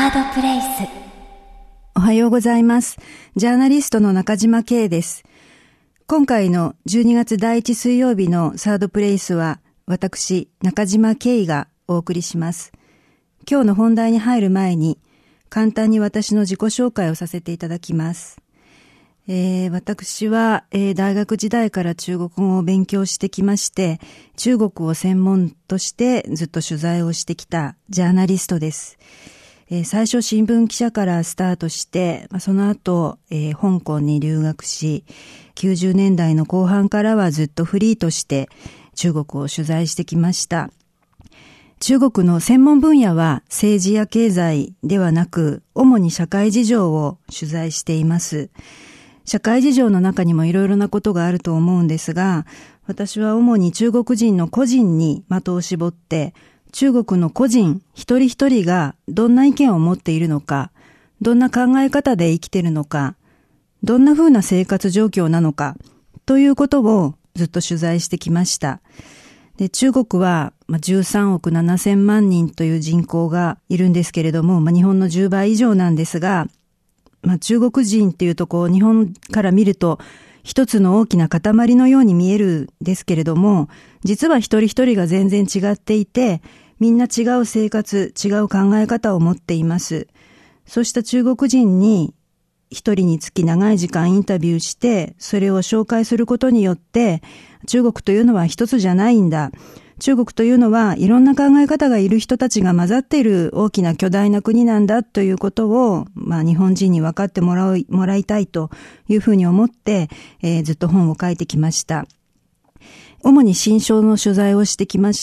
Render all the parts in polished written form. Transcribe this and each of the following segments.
ードプレイス。 おはようございます。ジャーナリストの中島圭です。今回の12月第1水曜日のサードプレイスは、私、中島圭がお送りします。今日の本題に入る前に、簡単に私の自己紹介をさせていただきます。私は、大学時代から中国語を勉強してきまして、中国を専門としてずっと取材をしてきたジャーナリストです。最初新聞記者からスタートして、その後、香港に留学し、90年代の後半からはずっとフリーとして中国を取材してきました。中国の専門分野は政治や経済ではなく、主に社会事情を取材しています。社会事情の中にもいろいろなことがあると思うんですが、私は主に中国人の個人に的を絞って、中国の個人一人一人がどんな意見を持っているのか、どんな考え方で生きているのか、どんな風な生活状況なのか、ということをずっと取材してきました。で、中国は13億7000万人という人口がいるんですけれども、日本の10倍以上なんですが、中国人っていうと日本から見ると一つの大きな塊のように見えるんですけれども、実は一人一人が全然違っていて、みんな違う生活、違う考え方を持っています。そうした中国人に一人につき長い時間インタビューして、それを紹介することによって、中国というのは一つじゃないんだ。中国というのはいろんな考え方がいる人たちが混ざっている大きな巨大な国なんだということを、日本人に分かってもらいたいというふうに思って、ずっと本を書いてきました。主に新商の取材をしてきまして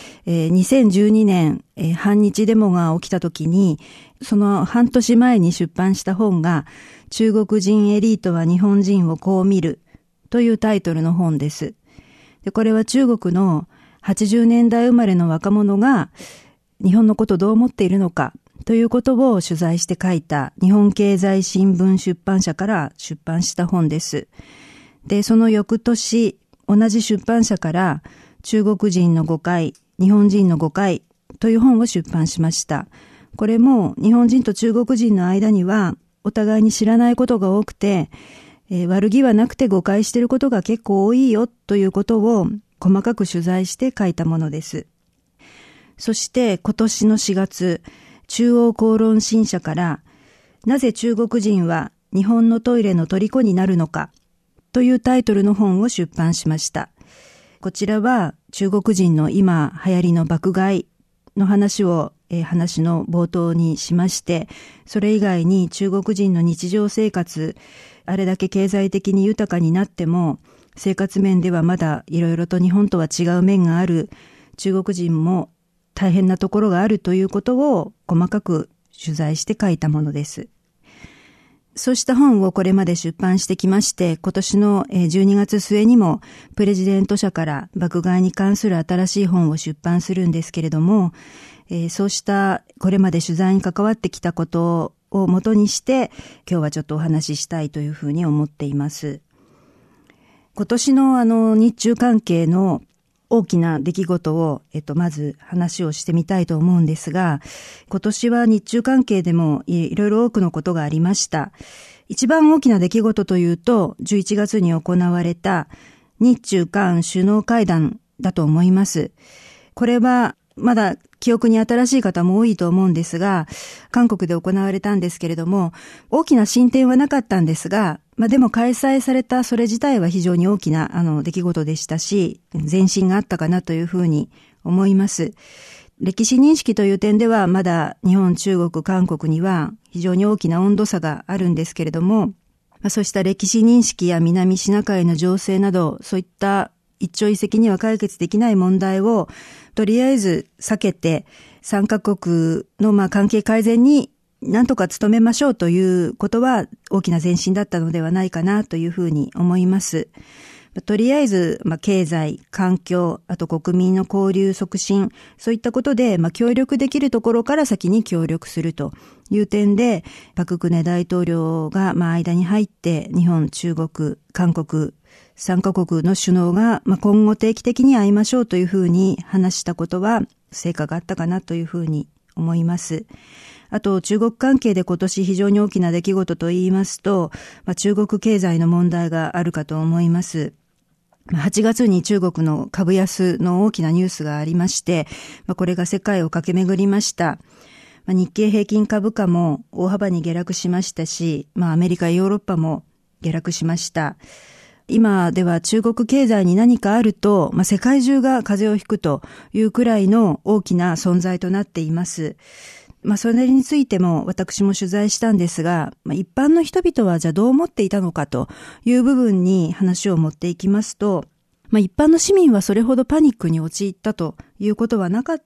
、2012年、反日デモが起きた時に、その半年前に出版した本が、中国人エリートは日本人をこう見るというタイトルの本です。で、これは中国の80年代生まれの若者が日本のことをどう思っているのかということを取材して書いた日本経済新聞出版社から出版した本です。で、その翌年、同じ出版社から中国人の誤解、日本人の誤解という本を出版しました。これも日本人と中国人の間にはお互いに知らないことが多くて、悪気はなくて誤解していることが結構多いよということを細かく取材して書いたものです。そして今年の4月、中央公論新社からなぜ中国人は日本のトイレの虜になるのかというタイトルの本を出版しました。こちらは中国人の今流行りの爆買いの話を話の冒頭にしまして、それ以外に中国人の日常生活、あれだけ経済的に豊かになっても、生活面ではまだいろいろと日本とは違う面がある、中国人も大変なところがあるということを細かく取材して書いたものです。そうした本をこれまで出版してきまして、今年の12月末にもプレジデント社から爆買いに関する新しい本を出版するんですけれども、そうしたこれまで取材に関わってきたことを元にして今日はちょっとお話ししたいというふうに思っています。今年の日中関係の大きな出来事をまず話をしてみたいと思うんですが、今年は日中関係でもいろいろ多くのことがありました。一番大きな出来事というと11月に行われた日中韓首脳会談だと思います。これはまだ記憶に新しい方も多いと思うんですが、韓国で行われたんですけれども、大きな進展はなかったんですが、でも開催されたそれ自体は非常に大きな出来事でしたし、前進があったかなというふうに思います。歴史認識という点ではまだ日本、中国、韓国には非常に大きな温度差があるんですけれども、そうした歴史認識や南シナ海の情勢など、そういった一朝一夕には解決できない問題をとりあえず避けて3カ国の関係改善に何とか努めましょうということは大きな前進だったのではないかなというふうに思います。とりあえず経済、環境、あと国民の交流促進、そういったことで協力できるところから先に協力するという点で、パククネ大統領が間に入って日本、中国、韓国3カ国の首脳が今後定期的に会いましょうというふうに話したことは成果があったかなというふうに思います。 あと中国関係で今年非常に大きな出来事と言いますと、中国経済の問題があるかと思います。8月に中国の株安の大きなニュースがありまして、これが世界を駆け巡りました。日経平均株価も大幅に下落しましたし、アメリカ、ヨーロッパも下落しました。今では中国経済に何かあると、世界中が風邪をひくというくらいの大きな存在となっています。それについても私も取材したんですが、一般の人々はじゃあどう思っていたのかという部分に話を持っていきますと、一般の市民はそれほどパニックに陥ったということはなかった、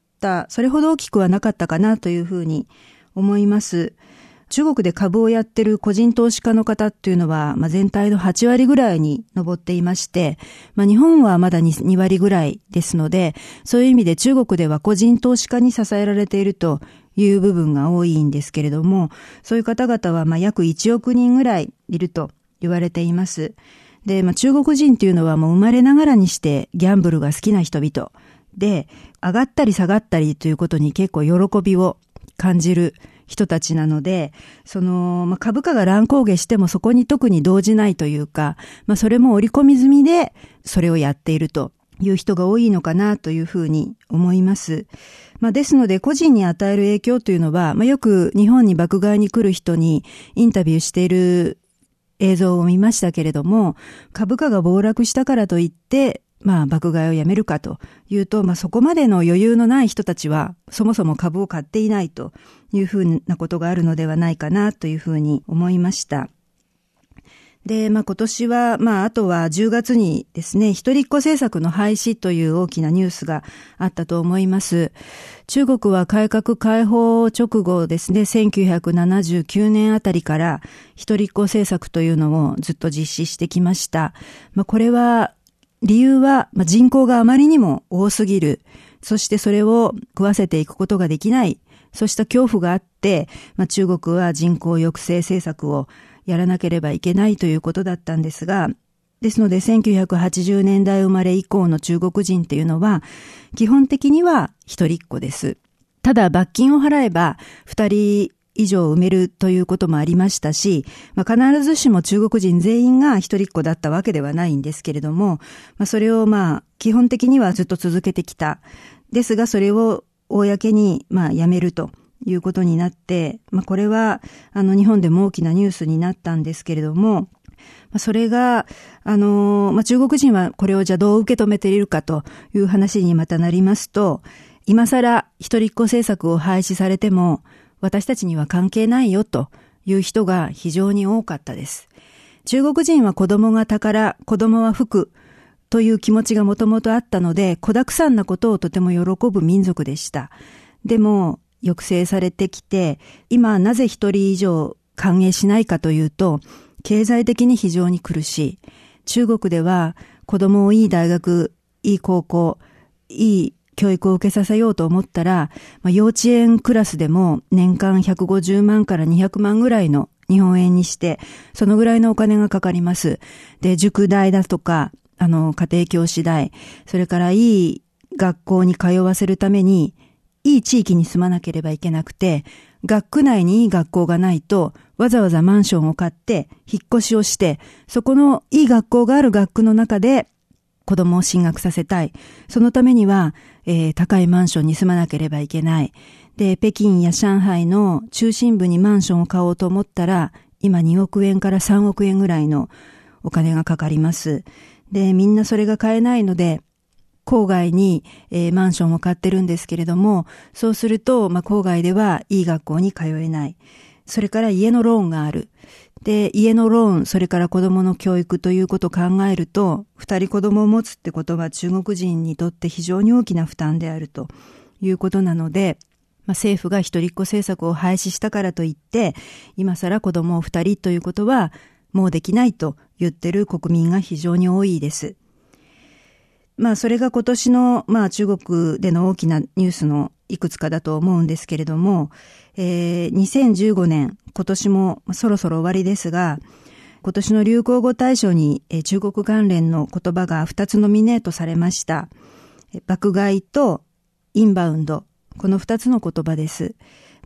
それほど大きくはなかったかなというふうに思います。中国で株をやってる個人投資家の方っていうのは、全体の8割ぐらいに上っていまして、日本はまだ 2割ぐらいですので、そういう意味で中国では個人投資家に支えられているという部分が多いんですけれども、そういう方々は約1億人ぐらいいると言われています。で、中国人っていうのはもう生まれながらにしてギャンブルが好きな人々で、上がったり下がったりということに結構喜びを感じる人たちなので、株価が乱高下してもそこに特に動じないというか、それも織り込み済みでそれをやっているという人が多いのかなというふうに思います。ですので個人に与える影響というのは、よく日本に爆買いに来る人にインタビューしている映像を見ましたけれども、株価が暴落したからといって爆買いをやめるかというと、そこまでの余裕のない人たちはそもそも株を買っていないというふうなことがあるのではないかなというふうに思いました。で、今年は、あとは10月にですね、一人っ子政策の廃止という大きなニュースがあったと思います。中国は改革開放直後ですね、1979年あたりから一人っ子政策というのをずっと実施してきました。これは理由は、人口があまりにも多すぎる。そしてそれを食わせていくことができない。そうした恐怖があって、中国は人口抑制政策をやらなければいけないということだったんですが、ですので1980年代生まれ以降の中国人っていうのは、基本的には一人っ子です。ただ罰金を払えば二人以上埋めるということもありましたし、必ずしも中国人全員が一人っ子だったわけではないんですけれども、それを基本的にはずっと続けてきた。ですがそれを公にやめるということになって、これは日本でも大きなニュースになったんですけれども、それが中国人はこれをじゃあどう受け止めているかという話にまたなりますと、今更一人っ子政策を廃止されても私たちには関係ないよという人が非常に多かったです。中国人は子供が宝、子供は福という気持ちがもともとあったので、子だくさんなことをとても喜ぶ民族でした。でも抑制されてきて、今なぜ一人以上歓迎しないかというと、経済的に非常に苦しい。中国では子供をいい大学、いい高校、いい教育を受けさせようと思ったら、幼稚園クラスでも年間150万から200万ぐらいの日本円にして、そのぐらいのお金がかかります。で、塾代だとか、家庭教師代、それからいい学校に通わせるために、いい地域に住まなければいけなくて、学区内にいい学校がないと、わざわざマンションを買って、引っ越しをして、そこのいい学校がある学区の中で、子供を進学させたい。そのためには、高いマンションに住まなければいけない。で、北京や上海の中心部にマンションを買おうと思ったら、今2億円から3億円ぐらいのお金がかかります。で、みんなそれが買えないので、郊外に、マンションを買ってるんですけれども、そうすると、郊外ではいい学校に通えない。それから家のローンがある。で、家のローン、それから子供の教育ということを考えると、二人子供を持つってことは中国人にとって非常に大きな負担であるということなので、政府が一人っ子政策を廃止したからといって、今更子供を二人ということはもうできないと言ってる国民が非常に多いです。それが今年の、中国での大きなニュースのいくつかだと思うんですけれども、2015年、今年もそろそろ終わりですが、今年の流行語大賞に中国関連の言葉が2つノミネートされました。爆買いとインバウンド、この2つの言葉です。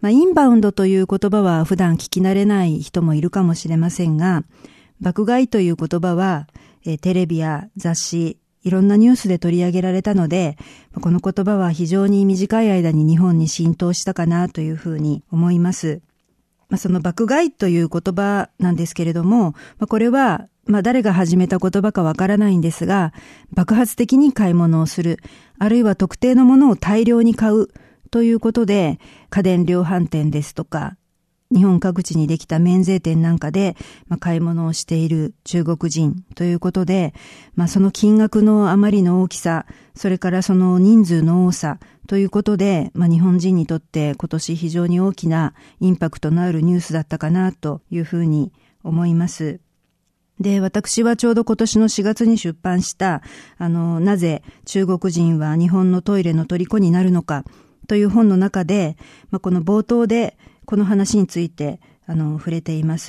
インバウンドという言葉は普段聞き慣れない人もいるかもしれませんが、爆買いという言葉は、テレビや雑誌、いろんなニュースで取り上げられたので、この言葉は非常に短い間に日本に浸透したかなというふうに思います。その爆買いという言葉なんですけれども、これは誰が始めた言葉かわからないんですが、爆発的に買い物をする、あるいは特定のものを大量に買うということで、家電量販店ですとか、日本各地にできた免税店なんかで、買い物をしている中国人ということで、その金額のあまりの大きさ、それからその人数の多さということで、日本人にとって今年非常に大きなインパクトのあるニュースだったかなというふうに思います。で、私はちょうど今年の4月に出版した、なぜ中国人は日本のトイレの虜になるのかという本の中で、この冒頭でこの話について触れています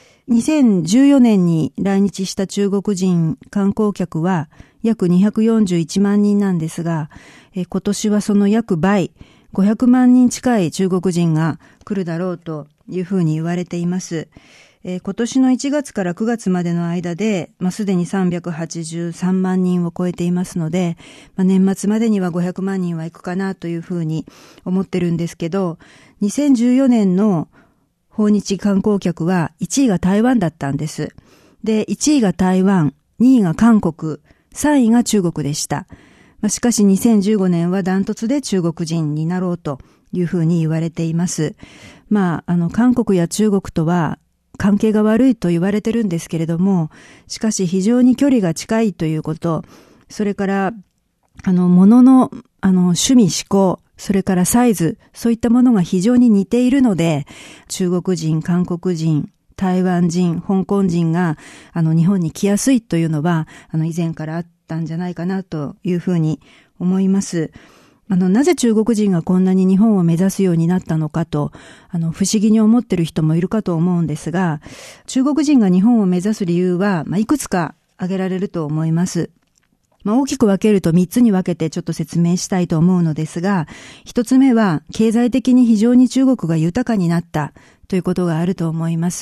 。2014年に来日した中国人観光客は約241万人なんですが、今年はその約倍、500万人近い中国人が来るだろうというふうに言われています。今年の1月から9月までの間で、すでに383万人を超えていますので、年末までには500万人は行くかなというふうに思ってるんですけど、2014年の訪日観光客は1位が台湾だったんです。で、1位が台湾、2位が韓国、3位が中国でした。しかし2015年はダントツで中国人になろうというふうに言われています。韓国や中国とは関係が悪いと言われてるんですけれども、しかし非常に距離が近いということ、それから物の趣味嗜好、それからサイズ、そういったものが非常に似ているので、中国人、韓国人、台湾人、香港人が日本に来やすいというのは以前からあったんじゃないかなというふうに思います。なぜ中国人がこんなに日本を目指すようになったのかと、不思議に思っている人もいるかと思うんですが、中国人が日本を目指す理由は、いくつか挙げられると思います。大きく分けると3つに分けてちょっと説明したいと思うのですが、1つ目は経済的に非常に中国が豊かになったということがあると思います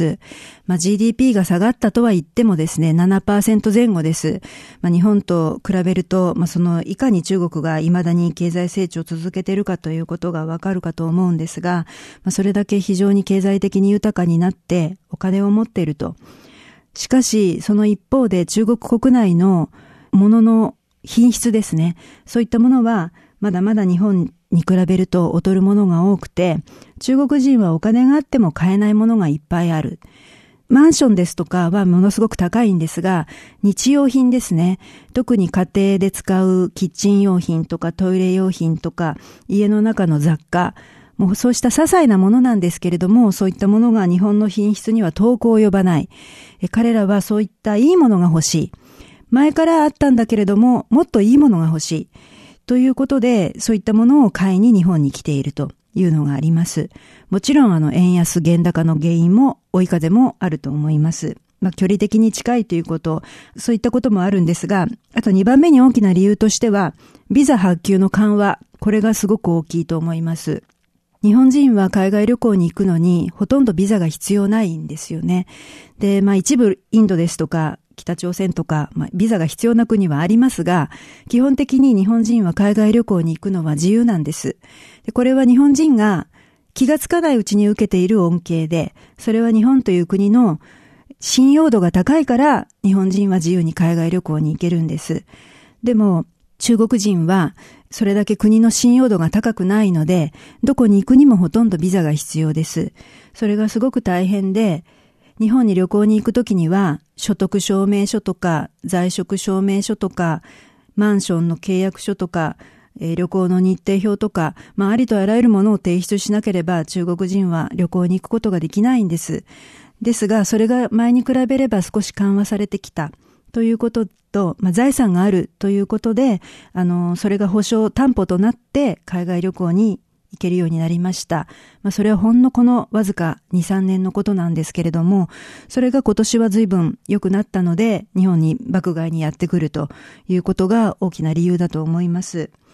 。GDP が下がったとは言ってもですね、7% 前後です。日本と比べると、そのいかに中国が未だに経済成長を続けているかということがわかるかと思うんですが、それだけ非常に経済的に豊かになってお金を持っていると。しかし、その一方で中国国内のものの品質ですね。そういったものはまだまだ日本に比べると劣るものが多くて、中国人はお金があっても買えないものがいっぱいある。マンションですとかはものすごく高いんですが、日用品ですね。特に家庭で使うキッチン用品とかトイレ用品とか家の中の雑貨、もうそうした些細なものなんですけれども、そういったものが日本の品質には遠く及ばない。彼らはそういったいいものが欲しい。前からあったんだけれども、もっといいものが欲しい。ということで、そういったものを買いに日本に来ているというのがあります。もちろん円安原高の原因も追い風もあると思います。距離的に近いということ、そういったこともあるんですが、あと2番目に大きな理由としては、ビザ発給の緩和、これがすごく大きいと思います。日本人は海外旅行に行くのにほとんどビザが必要ないんですよね。で、一部インドですとか、北朝鮮とか、ビザが必要な国はありますが、基本的に日本人は海外旅行に行くのは自由なんです。で、これは日本人が気がつかないうちに受けている恩恵で、それは日本という国の信用度が高いから日本人は自由に海外旅行に行けるんです。でも中国人はそれだけ国の信用度が高くないので、どこに行くにもほとんどビザが必要です。それがすごく大変で、日本に旅行に行くときには、所得証明書とか、在職証明書とか、マンションの契約書とか、旅行の日程表とか、ありとあらゆるものを提出しなければ、中国人は旅行に行くことができないんです。ですが、それが前に比べれば少し緩和されてきたということと、財産があるということで、それが保証、担保となって海外旅行に行けるようになりました。それはほんのこのわずか 2,3 年のことなんですけれども、それが今年は随分良くなったので、日本に爆買いにやってくるということが大きな理由だと思います。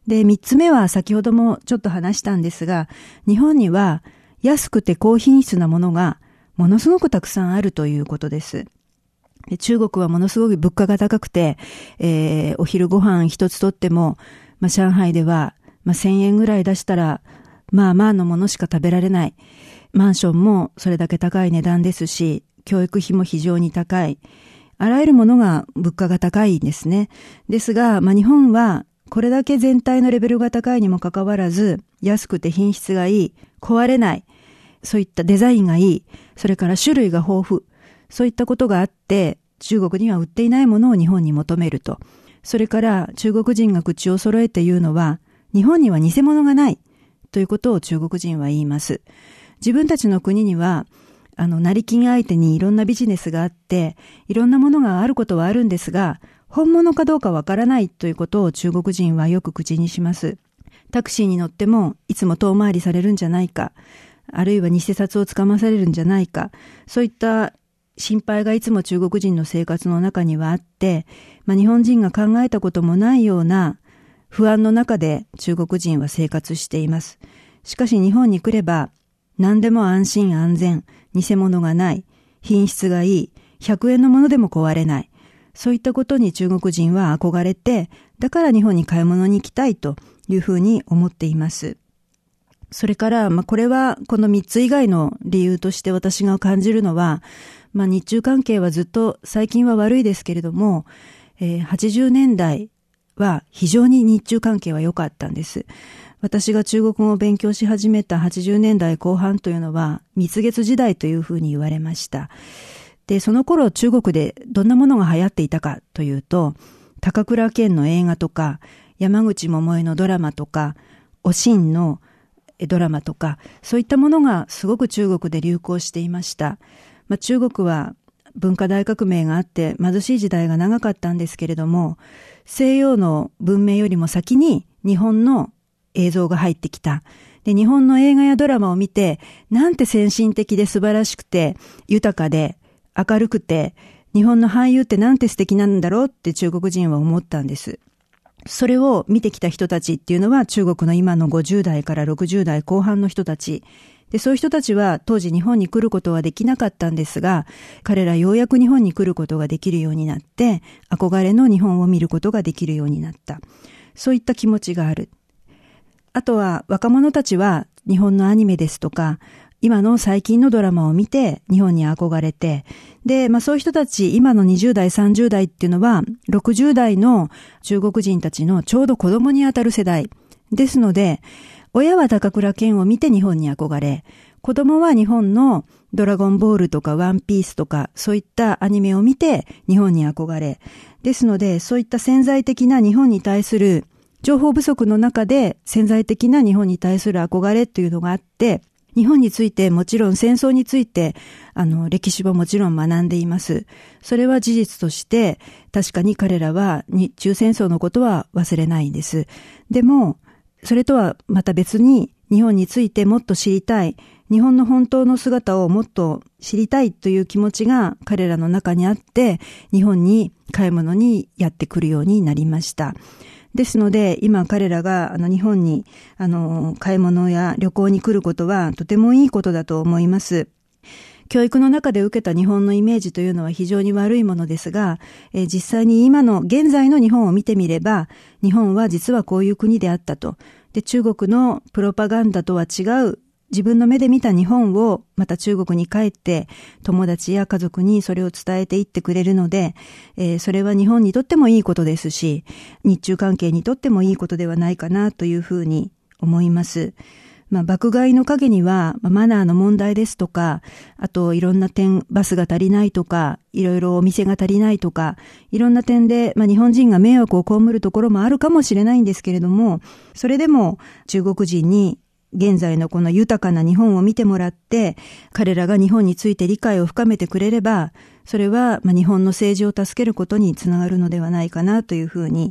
で、3つ目は先ほどもちょっと話したんですが、日本には安くて高品質なものがものすごくたくさんあるということです。で、中国はものすごく物価が高くて、お昼ご飯一つとっても、上海では、1000円ぐらい出したら、まあまあのものしか食べられない。マンションもそれだけ高い値段ですし、教育費も非常に高い。あらゆるものが物価が高いんですね。ですが、日本はこれだけ全体のレベルが高いにもかかわらず、安くて品質がいい、壊れない、そういったデザインがいい、それから種類が豊富、そういったことがあって、中国には売っていないものを日本に求めると。それから中国人が口を揃えて言うのは、日本には偽物がないということを中国人は言います。自分たちの国には、成金相手にいろんなビジネスがあって、いろんなものがあることはあるんですが、本物かどうかわからないということを中国人はよく口にします。タクシーに乗ってもいつも遠回りされるんじゃないか、あるいは偽札をつかまされるんじゃないか、そういった心配がいつも中国人の生活の中にはあって、日本人が考えたこともないような不安の中で中国人は生活しています。しかし日本に来れば、何でも安心安全、偽物がない、品質がいい、100円のものでも壊れない。そういったことに中国人は憧れて、だから日本に買い物に行きたいというふうに思っています。それから、これはこの3つ以外の理由として私が感じるのは、日中関係はずっと最近は悪いですけれども、80年代は非常に日中関係は良かったんです。私が中国語を勉強し始めた80年代後半というのは蜜月時代というふうに言われました。で、その頃中国でどんなものが流行っていたかというと、高倉健の映画とか、山口百恵のドラマとか、おしんのドラマとか、そういったものがすごく中国で流行していました。中国は文化大革命があって貧しい時代が長かったんですけれども、西洋の文明よりも先に日本の映像が入ってきた。で、日本の映画やドラマを見て、なんて先進的で素晴らしくて、豊かで明るくて、日本の俳優ってなんて素敵なんだろうって中国人は思ったんです。それを見てきた人たちっていうのは中国の今の50代から60代後半の人たち。で、そういう人たちは当時日本に来ることはできなかったんですが、彼らようやく日本に来ることができるようになって、憧れの日本を見ることができるようになった。そういった気持ちがある。あとは若者たちは日本のアニメですとか、今の最近のドラマを見て日本に憧れて、で、そういう人たち、今の20代、30代っていうのは、60代の中国人たちのちょうど子供にあたる世代。ですので、親は高倉健を見て日本に憧れ、子供は日本のドラゴンボールとかワンピースとか、そういったアニメを見て日本に憧れ。ですので、そういった潜在的な日本に対する情報不足の中で潜在的な日本に対する憧れというのがあって、日本についてもちろん戦争について歴史はもちろん学んでいます。それは事実として確かに彼らは日中戦争のことは忘れないんです。でもそれとはまた別に日本についてもっと知りたい、日本の本当の姿をもっと知りたいという気持ちが彼らの中にあって日本に買い物にやってくるようになりました。ですので、今彼らが日本に買い物や旅行に来ることはとてもいいことだと思います。教育の中で受けた日本のイメージというのは非常に悪いものですが、実際に今の現在の日本を見てみれば、日本は実はこういう国であったと。で、中国のプロパガンダとは違う自分の目で見た日本をまた中国に帰って友達や家族にそれを伝えていってくれるので、それは日本にとってもいいことですし、日中関係にとってもいいことではないかなというふうに思います。爆買いの陰にはマナーの問題ですとか、あといろんな点バスが足りないとか、いろいろお店が足りないとか、いろんな点で日本人が迷惑を被るところもあるかもしれないんですけれども、それでも中国人に現在のこの豊かな日本を見てもらって、彼らが日本について理解を深めてくれれば、それは日本の政治を助けることにつながるのではないかなというふうに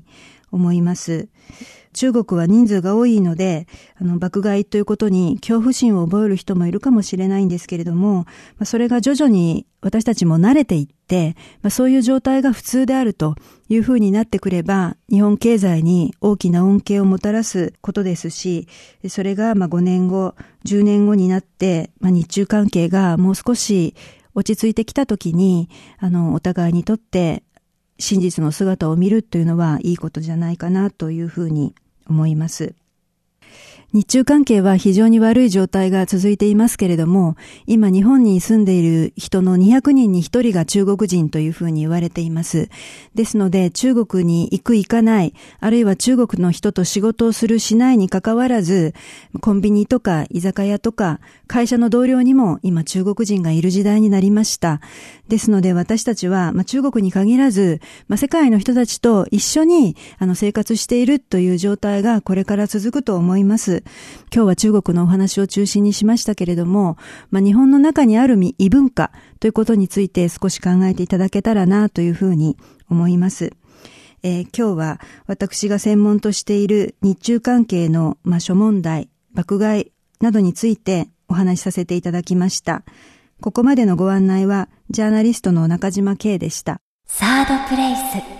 思います。中国は人数が多いので、爆買いということに恐怖心を覚える人もいるかもしれないんですけれども、それが徐々に私たちも慣れていって、そういう状態が普通であるというふうになってくれば、日本経済に大きな恩恵をもたらすことですし、それが5年後、10年後になって、日中関係がもう少し落ち着いてきたときに、お互いにとって真実の姿を見るというのはいいことじゃないかなというふうに思います。日中関係は非常に悪い状態が続いていますけれども、今日本に住んでいる人の200人に1人が中国人というふうに言われています。ですので中国に行く行かない、あるいは中国の人と仕事をするしないに関わらず、コンビニとか居酒屋とか会社の同僚にも今中国人がいる時代になりました。ですので私たちは、中国に限らず、世界の人たちと一緒に生活しているという状態がこれから続くと思います。今日は中国のお話を中心にしましたけれども、日本の中にある異文化ということについて少し考えていただけたらなというふうに思います。今日は私が専門としている日中関係の諸問題、爆買いなどについてお話しさせていただきました。ここまでのご案内はジャーナリストの中島圭でした。 サードプレイス。